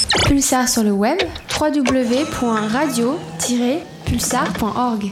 Pulsar sur le web, www.radio-pulsar.org.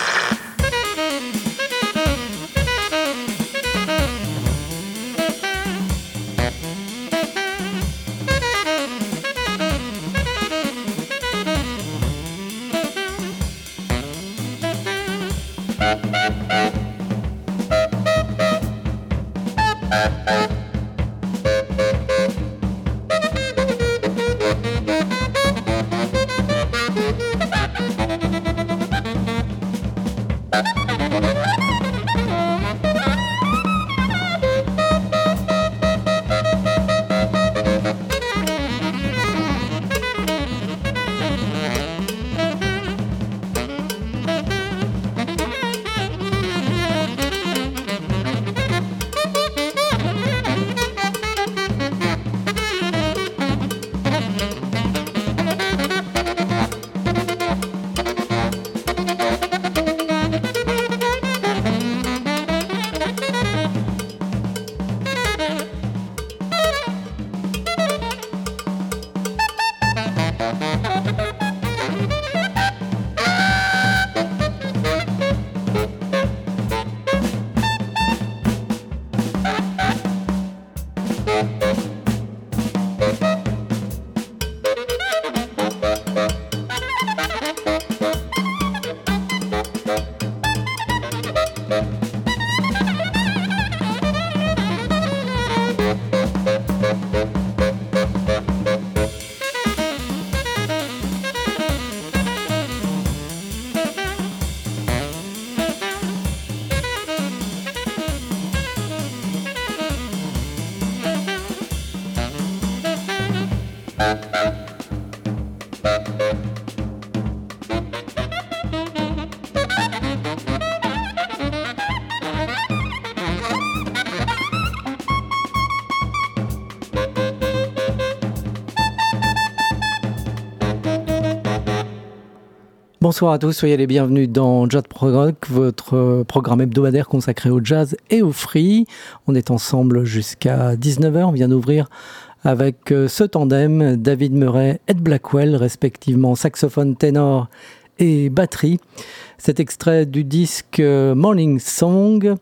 Bonsoir à tous, soyez les bienvenus dans Jazz Prog Rock, votre programme hebdomadaire consacré au jazz et au free. On est ensemble jusqu'à 19h, on vient d'ouvrir avec ce tandem, David Murray, Ed Blackwell, respectivement saxophone, ténor et batterie. Cet extrait du disque Morning Song,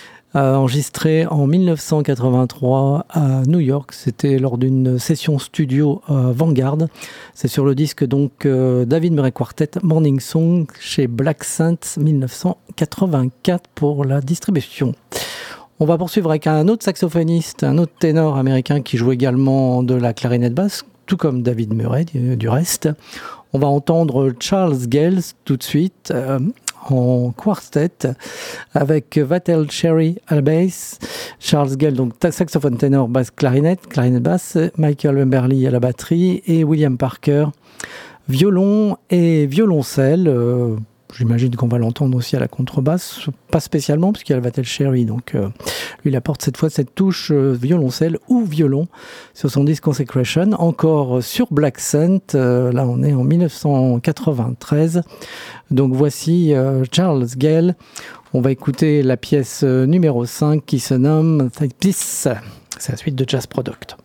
enregistré en 1983 à New York. C'était lors d'une session studio Vanguard. C'est sur le disque donc David Murray Quartet Morning Song chez Black Saint 1984 pour la distribution. On va poursuivre avec un autre saxophoniste, un autre ténor américain qui joue également de la clarinette basse, tout comme David Murray du reste. On va entendre Charles Gales tout de suite en quartet avec Vatel Cherry à la basse, Charles Gale donc saxophone ténor basse clarinette basse, Michael Wimberly à la batterie et William Parker violon et violoncelle. J'imagine qu'on va l'entendre aussi à la contrebasse, pas spécialement puisqu'il y a le Vatel Cherry, donc lui il apporte cette fois cette touche violoncelle ou violon sur son disque Consecration, encore sur Black Saint. Là on est en 1993, donc voici Charles Gale. On va écouter la pièce numéro 5 qui se nomme This. C'est la suite de Jazz Product.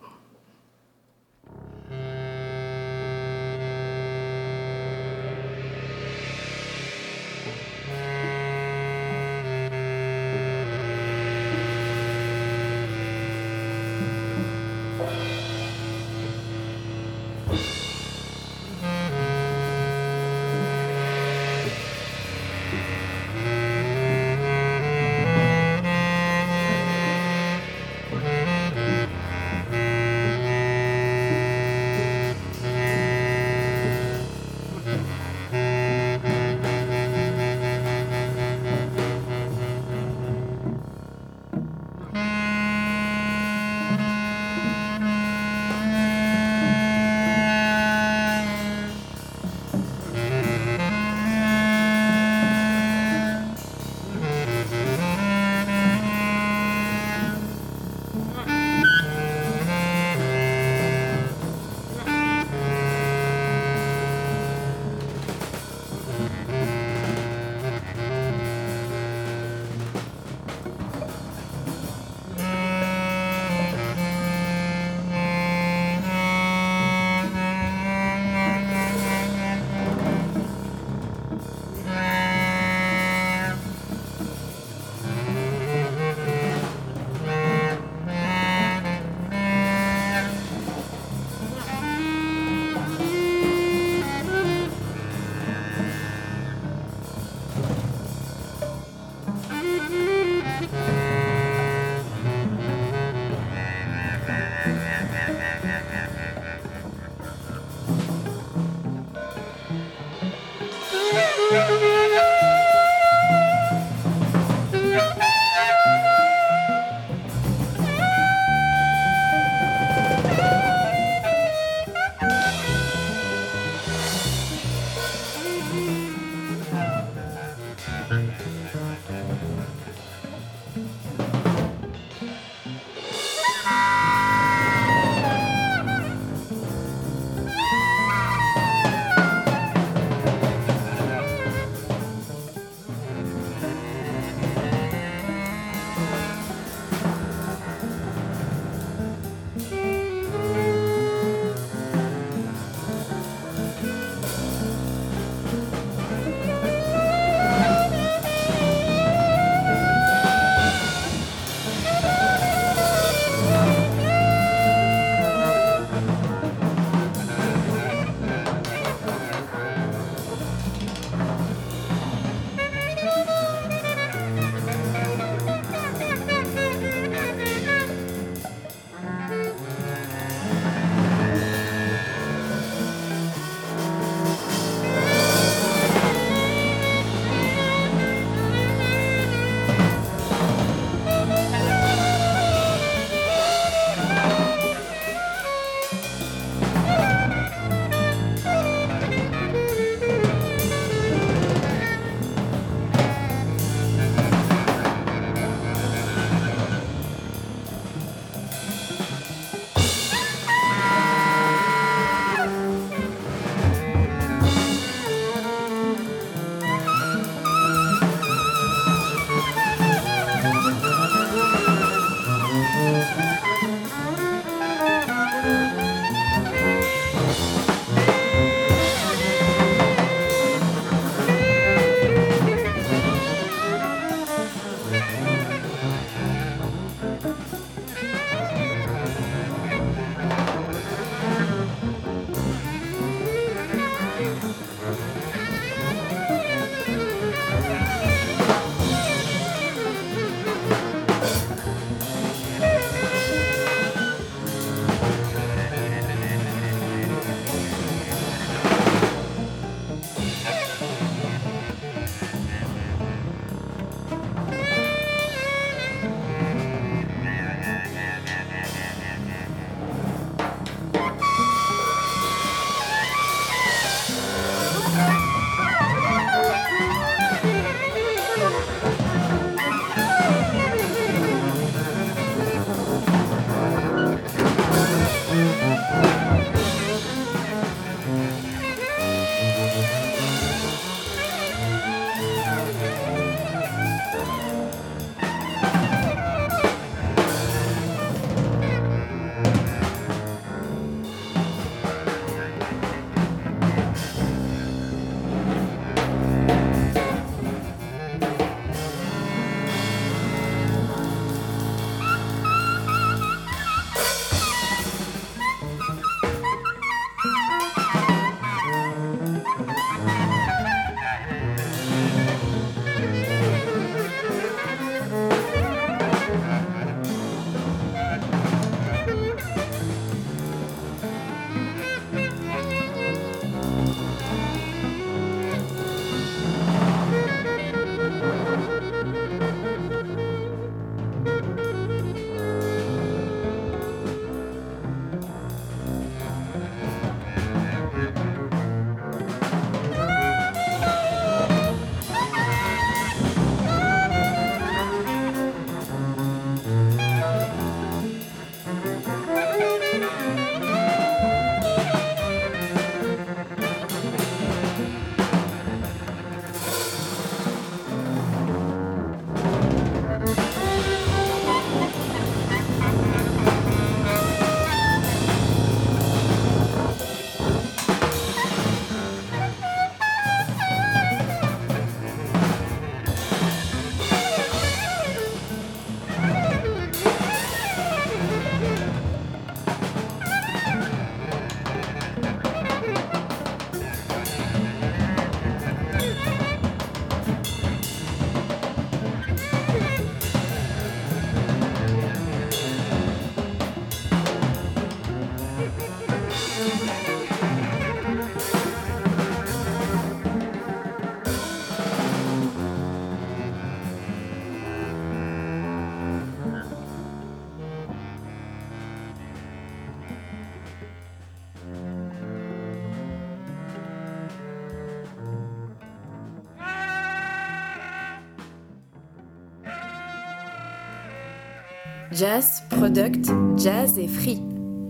Jazz, Product, Jazz et Free.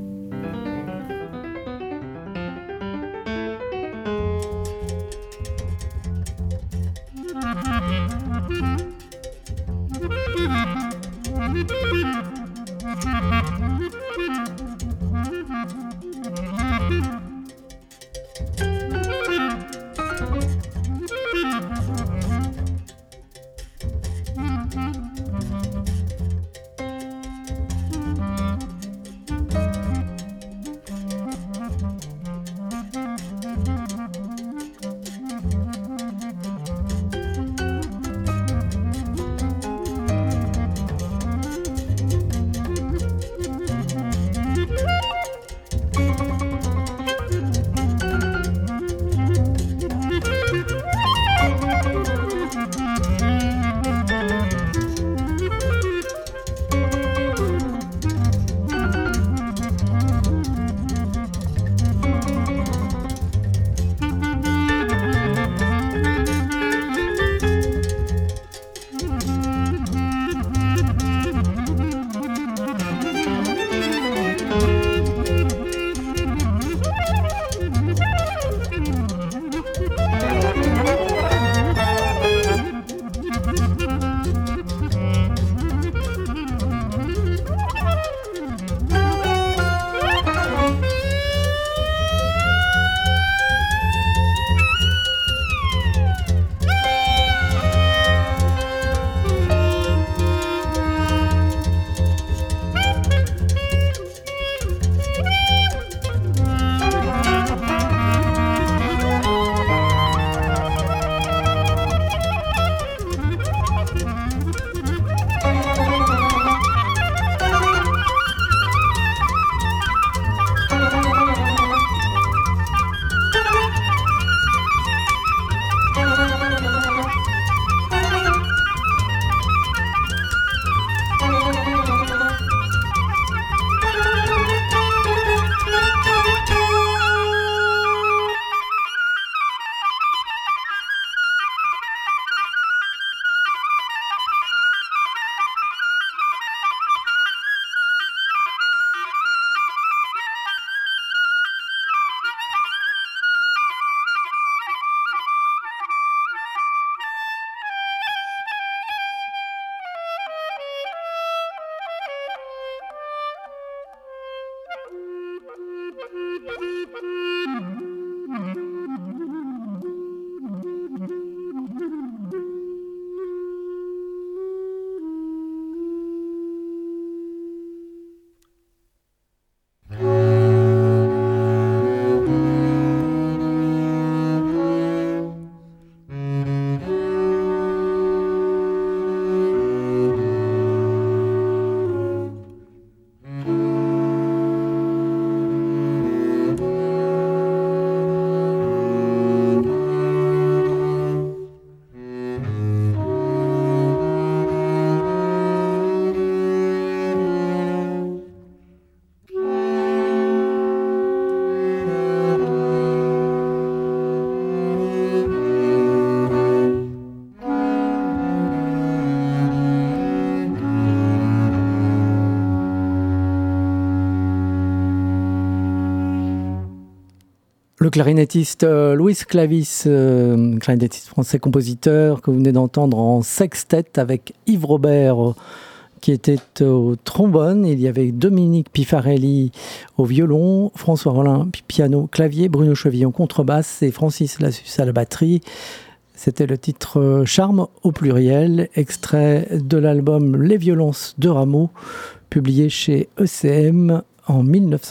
Le clarinettiste Louis Clavis, clarinettiste français compositeur que vous venez d'entendre en sextet avec Yves Robert qui était au trombone. Il y avait Dominique Pifarelli au violon, François Rollin piano, clavier, Bruno Chevillon contrebasse et Francis Lassus à la batterie. C'était le titre Charme au pluriel, extrait de l'album Les Violences de Rameau, publié chez ECM en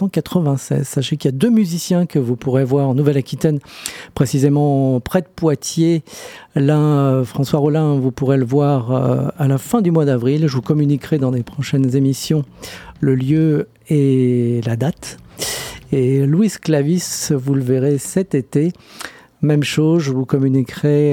1996. Sachez qu'il y a 2 musiciens que vous pourrez voir en Nouvelle-Aquitaine, précisément près de Poitiers. L'un, François Rollin, vous pourrez le voir à la fin du mois d'avril. Je vous communiquerai dans les prochaines émissions le lieu et la date. Et Louis Clavis, vous le verrez cet été. Même chose, je vous communiquerai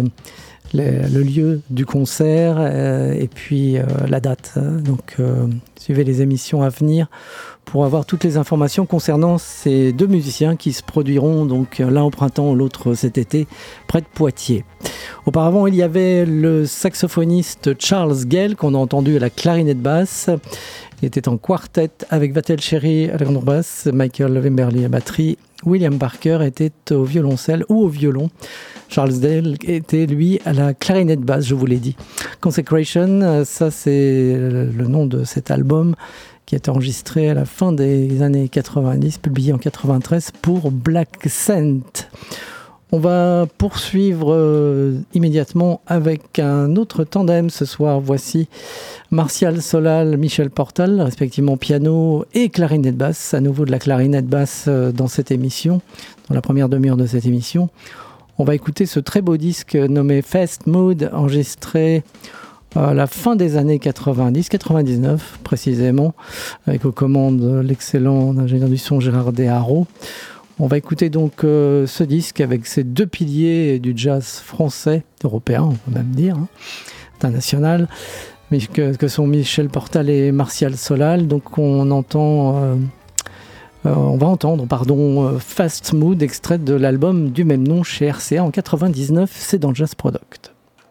le lieu du concert et puis la date. Donc, suivez les émissions à venir pour avoir toutes les informations concernant ces 2 musiciens qui se produiront donc l'un au printemps, l'autre cet été, près de Poitiers. Auparavant, il y avait le saxophoniste Charles Gale, qu'on a entendu à la clarinette basse. Il était en quartet avec Vatel Cherry à la contrebasse, Michael Wimberly à batterie, William Parker était au violoncelle ou au violon. Charles Gale était, lui, à la clarinette basse, je vous l'ai dit. Consecration, ça c'est le nom de cet album qui a été enregistré à la fin des années 90, publié en 93 pour Black Scent. On va poursuivre immédiatement avec un autre tandem ce soir. Voici Martial Solal, Michel Portal, respectivement piano et clarinette basse. À nouveau de la clarinette basse dans cette émission, dans la première demi-heure de cette émission. On va écouter ce très beau disque nommé Fast Mood, enregistré à la fin des années 90, 99 précisément, avec aux commandes l'excellent ingénieur du son Gérard Desharreaux. On va écouter donc ce disque avec ces deux piliers du jazz français, européen, on peut même dire, international, mais que sont Michel Portal et Martial Solal. Donc on va entendre Fast Mood, extrait de l'album du même nom chez RCA en 99, c'est dans Jazz Product.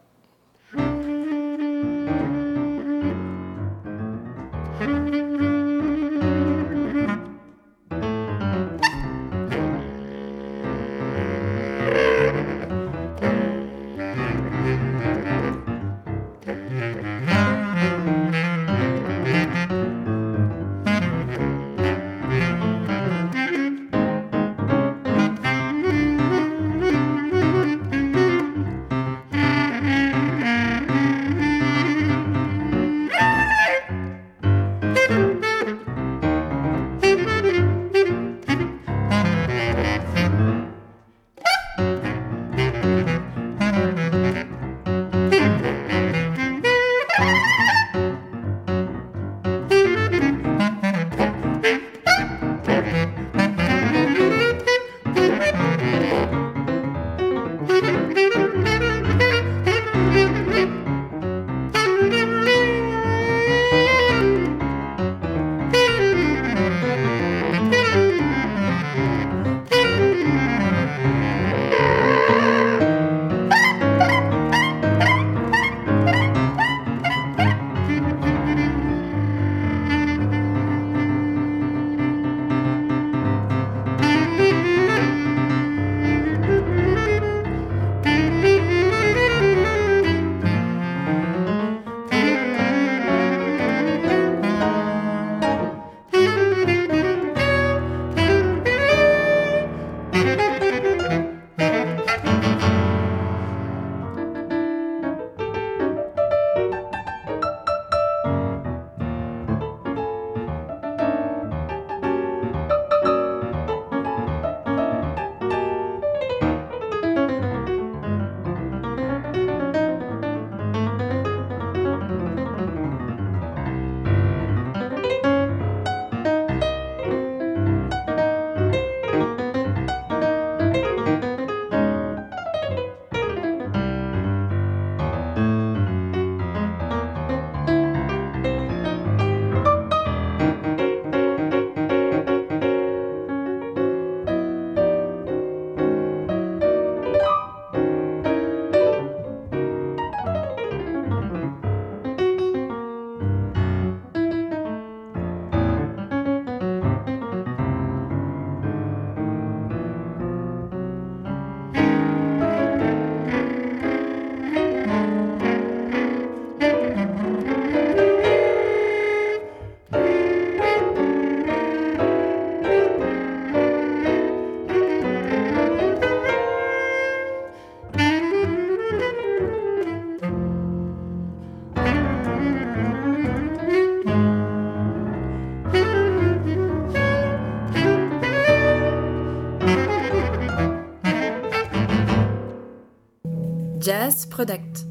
Jazz Product.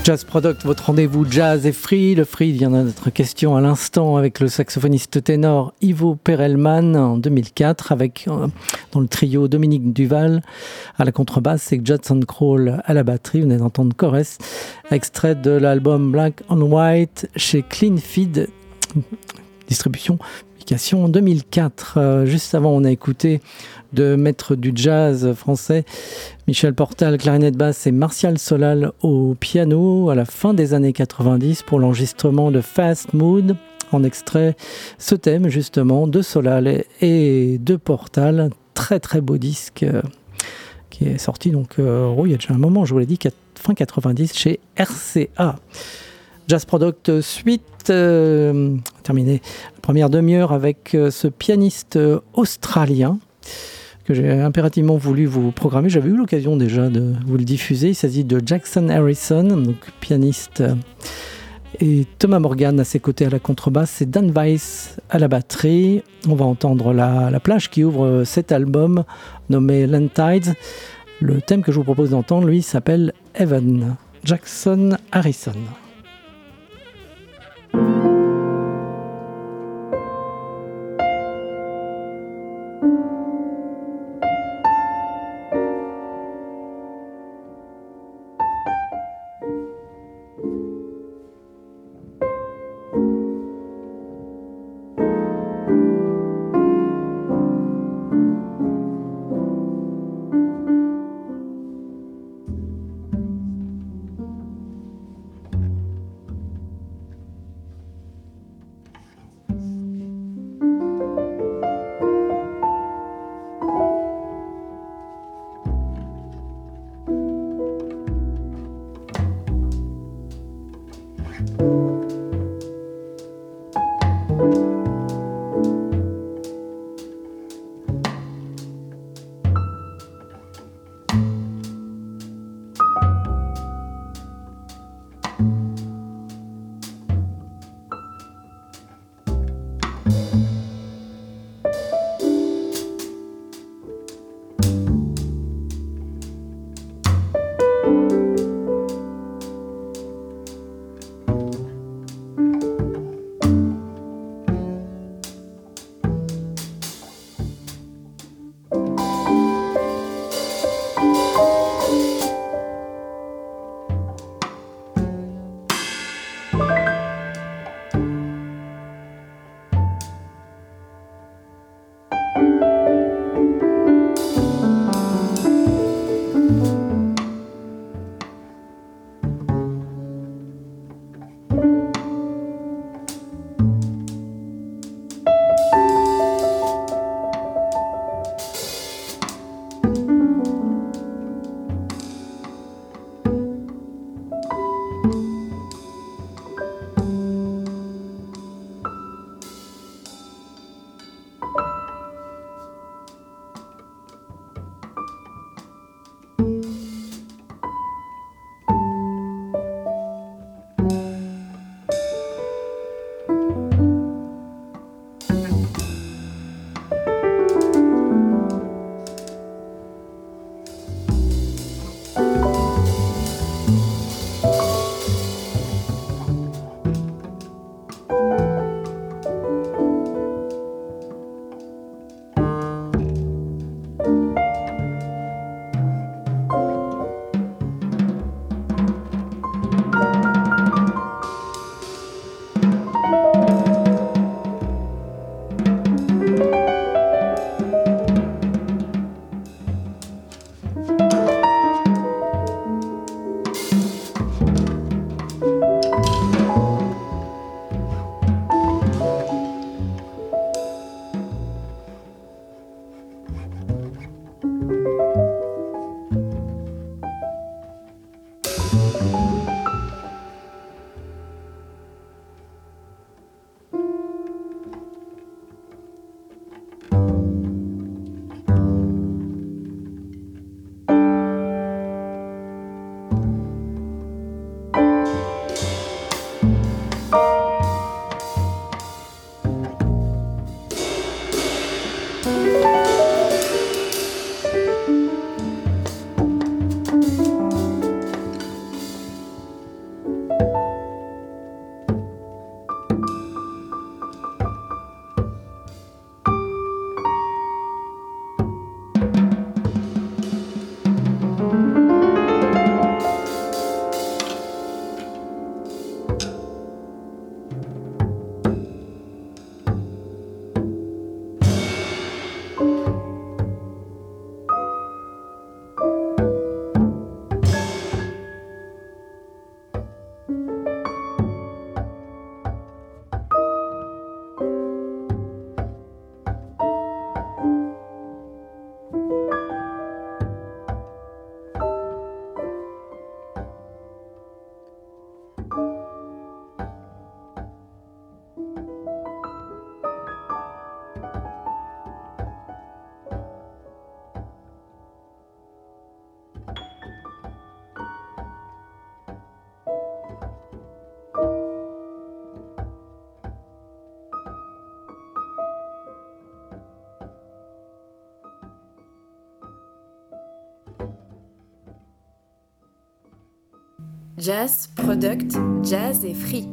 Jazz Product, votre rendez-vous jazz et free. Le free vient d'être question à l'instant avec le saxophoniste ténor Ivo Perelman en 2004, avec dans le trio Dominique Duval à la contrebasse et Judson Kroll à la batterie. Vous venez d'entendre Chorus, extrait de l'album Black on White chez Clean Feed, distribution, publication en 2004. Juste avant, on a écouté de maîtres du jazz français, Michel Portal, clarinette basse et Martial Solal au piano à la fin des années 90 pour l'enregistrement de Fast Mood. En extrait ce thème justement de Solal et de Portal, très très beau disque qui est sorti donc il y a déjà un moment, je vous l'ai dit, fin 90 chez RCA. Jazz Product suite, terminé la première demi-heure avec ce pianiste australien que j'ai impérativement voulu vous programmer. J'avais eu l'occasion déjà de vous le diffuser. Il s'agit de Jackson Harrison, donc pianiste, et Thomas Morgan à ses côtés à la contrebasse et Dan Weiss à la batterie. On va entendre la plage qui ouvre cet album nommé Land Tides. Le thème que je vous propose d'entendre, lui, s'appelle Heaven. Jackson Harrison. Jazz, Product, Jazz et Free.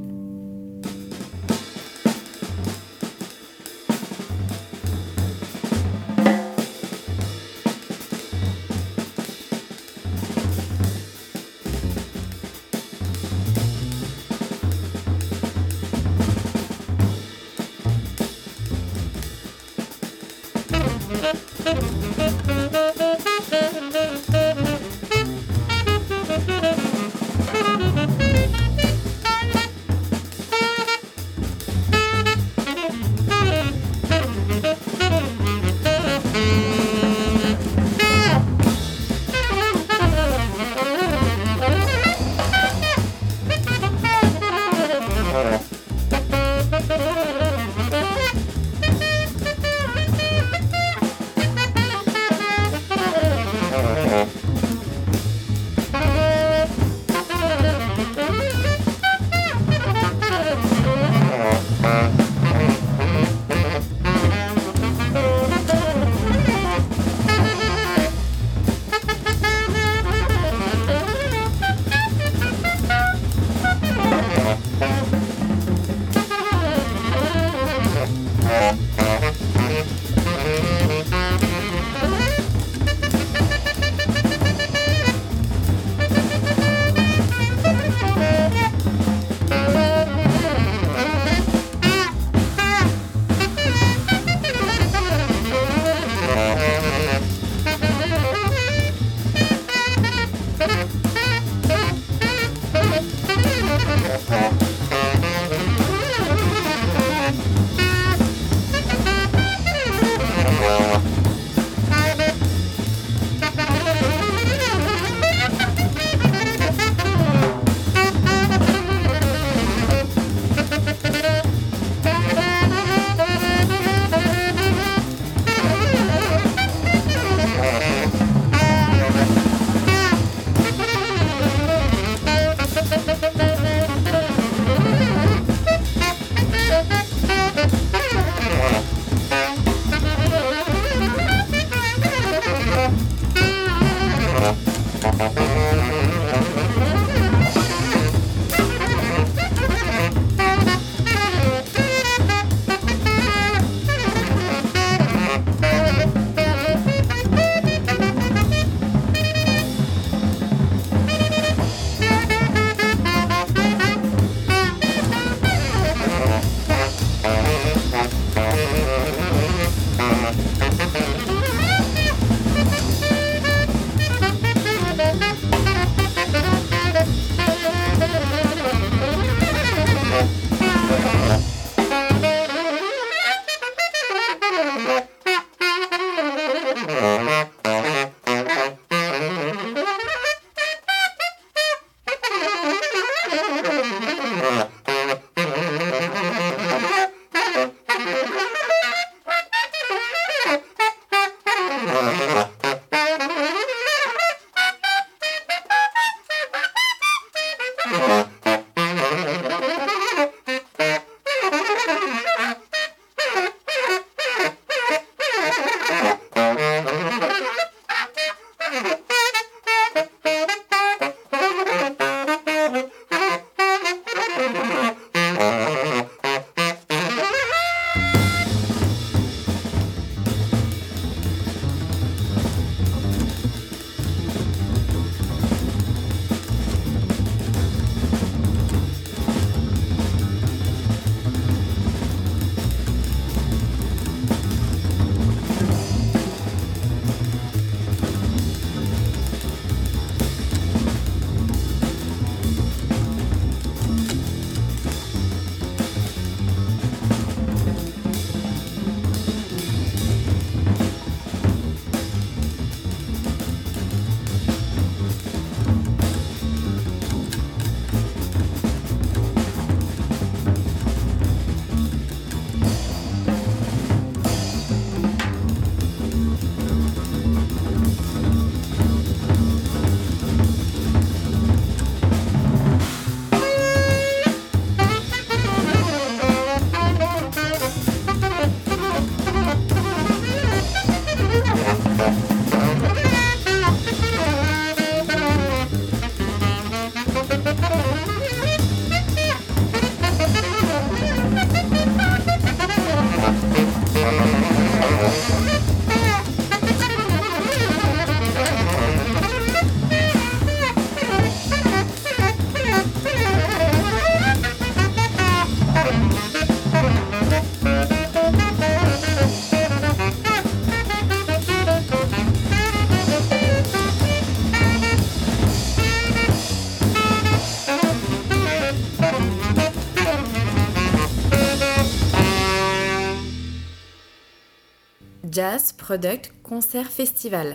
Jazz Product Concert Festival.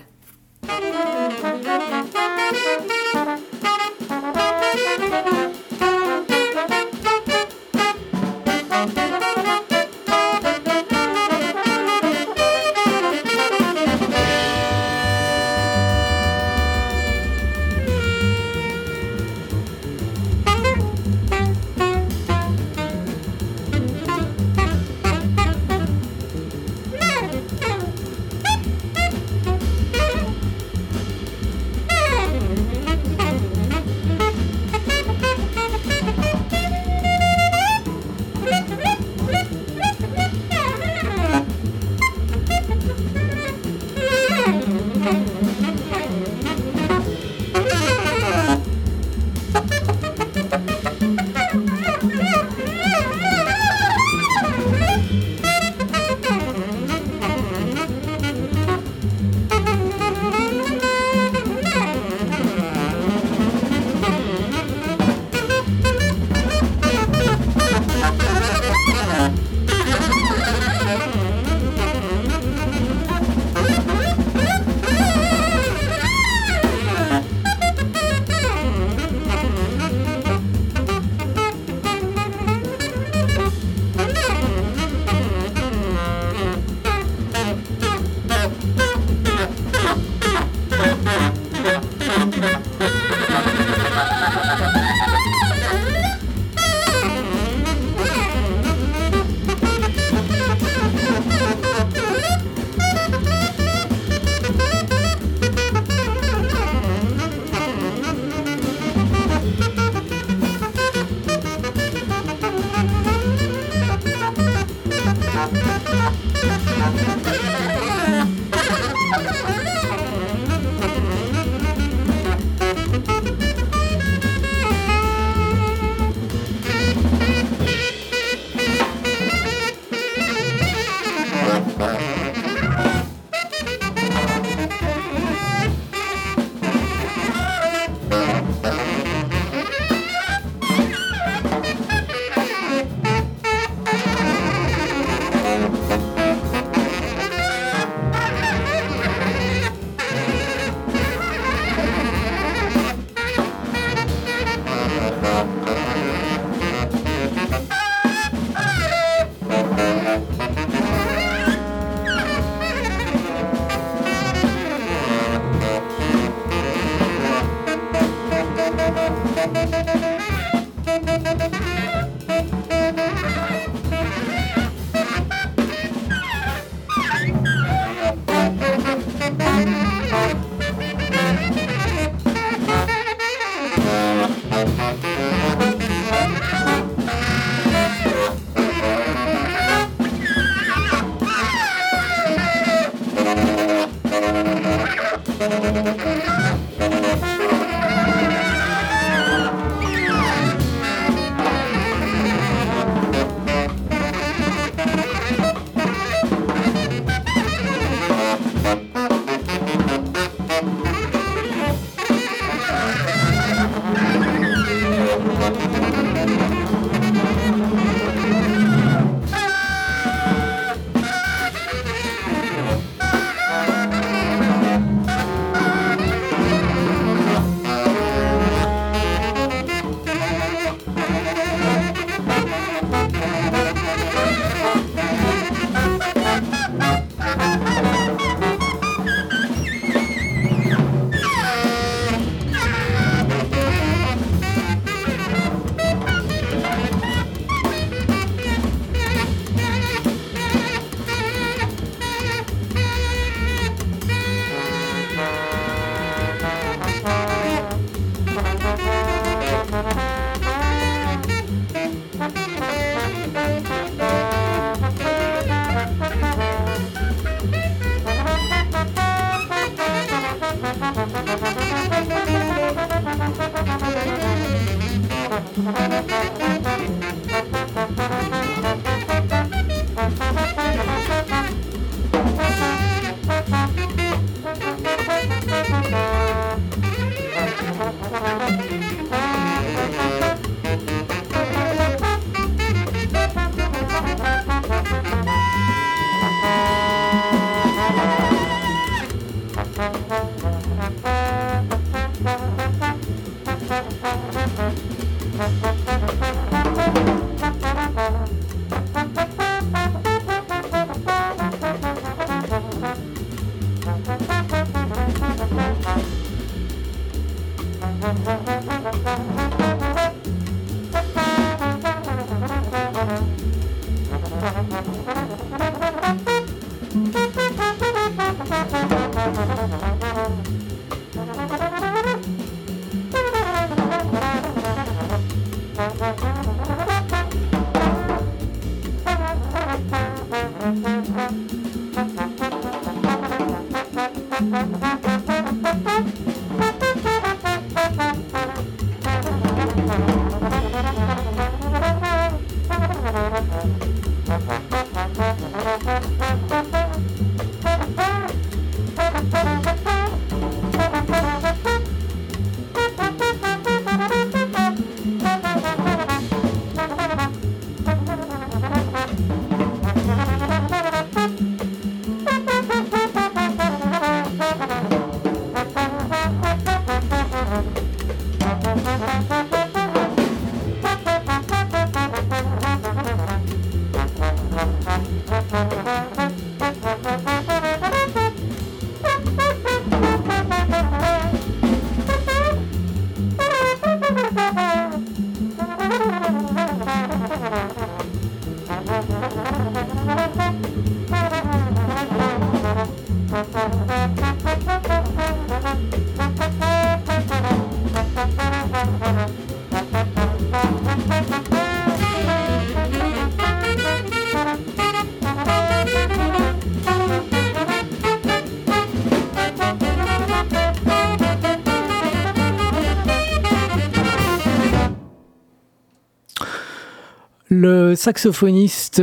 Le saxophoniste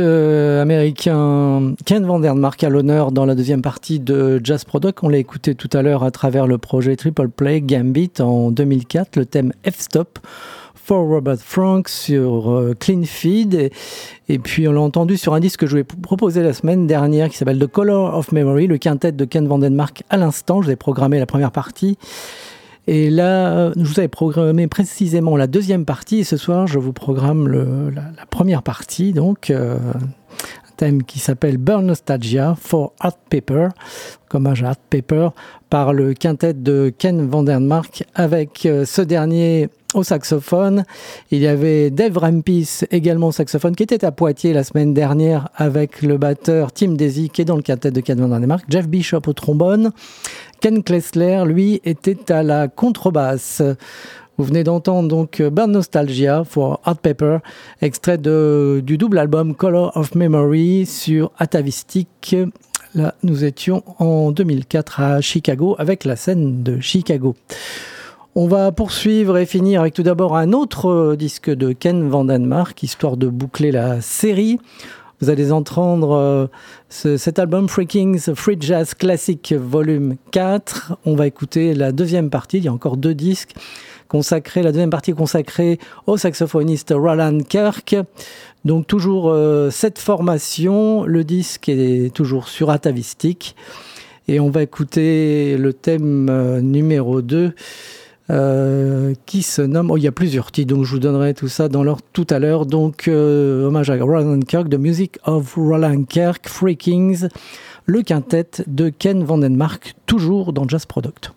américain Ken Vandermark à l'honneur dans la deuxième partie de Jazz Product. On l'a écouté tout à l'heure à travers le projet Triple Play Gambit en 2004, le thème F-Stop for Robert Frank sur Clean Feed. Et puis on l'a entendu sur un disque que je vous ai proposé la semaine dernière qui s'appelle The Color of Memory, le quintet de Ken Vandermark à l'instant. Je vous ai programmé la première partie. Et là, je vous avais programmé précisément la deuxième partie, et ce soir, je vous programme la première partie, donc un thème qui s'appelle Burn Nostalgia for Art Paper, hommage à Art Paper, par le quintet de Ken Vandermark, avec ce dernier au saxophone. Il y avait Dave Rampis, également au saxophone, qui était à Poitiers la semaine dernière avec le batteur Tim Daisy, qui est dans le quintet de Ken Vandermark, Jeff Bishop au trombone. Ken Klessler, lui, était à la contrebasse. Vous venez d'entendre donc Burn Nostalgia for Art Paper, extrait du double album Color of Memory sur Atavistic. Là, nous étions en 2004 à Chicago avec la scène de Chicago. On va poursuivre et finir avec tout d'abord un autre disque de Ken Vandermark, histoire de boucler la série. Vous allez entendre cet album Freakings Free Jazz Classic Volume 4. On va écouter la deuxième partie, il y a encore deux disques, la deuxième partie consacrée au saxophoniste Roland Kirk. Donc toujours cette formation, le disque est toujours sur Atavistic. Et on va écouter le thème numéro 2. Qui se nomme... il y a plusieurs titres, donc je vous donnerai tout ça dans l'ordre tout à l'heure. Donc, hommage à Roland Kirk, The Music of Roland Kirk, Freakings, le quintet de Ken Vandermark, toujours dans Jazz Product.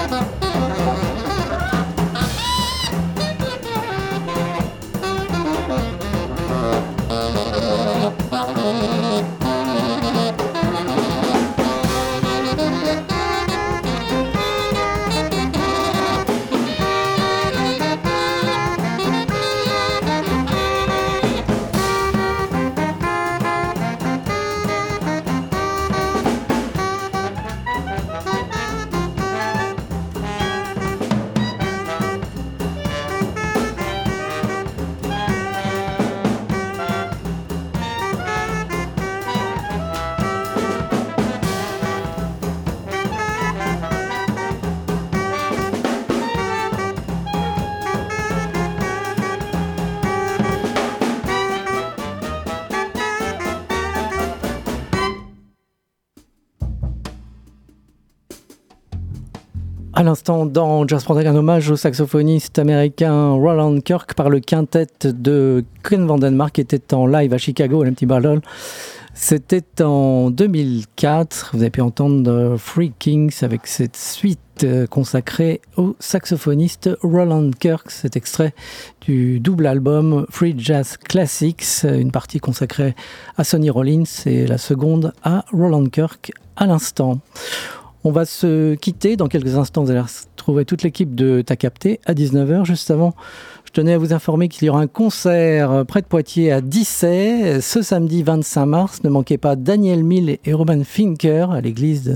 À l'instant, dans Jazz Prog, un hommage au saxophoniste américain Roland Kirk par le quintet de Ken Vandenmark qui était en live à Chicago, l'Empty Barrel. C'était en 2004. Vous avez pu entendre Three Kings avec cette suite consacrée au saxophoniste Roland Kirk. Cet extrait du double album Free Jazz Classics, une partie consacrée à Sonny Rollins et la seconde à Roland Kirk à l'instant. On va se quitter. Dans quelques instants, vous allez retrouver toute l'équipe de T'as capté à 19h. Juste avant, je tenais à vous informer qu'il y aura un concert près de Poitiers à Dissay ce samedi 25 mars. Ne manquez pas Daniel Mill et Robin Finker à l'église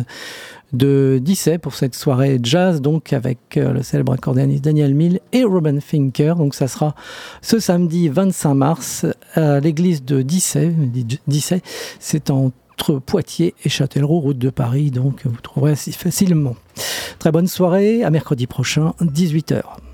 de Dissay pour cette soirée jazz, donc avec le célèbre accordéoniste Daniel Mill et Robin Finker. Donc ça sera ce samedi 25 mars à l'église de Dissay. Dissay, c'est entre Poitiers et Châtellerault, route de Paris, donc vous trouverez assez facilement. Très bonne soirée, à mercredi prochain, 18h.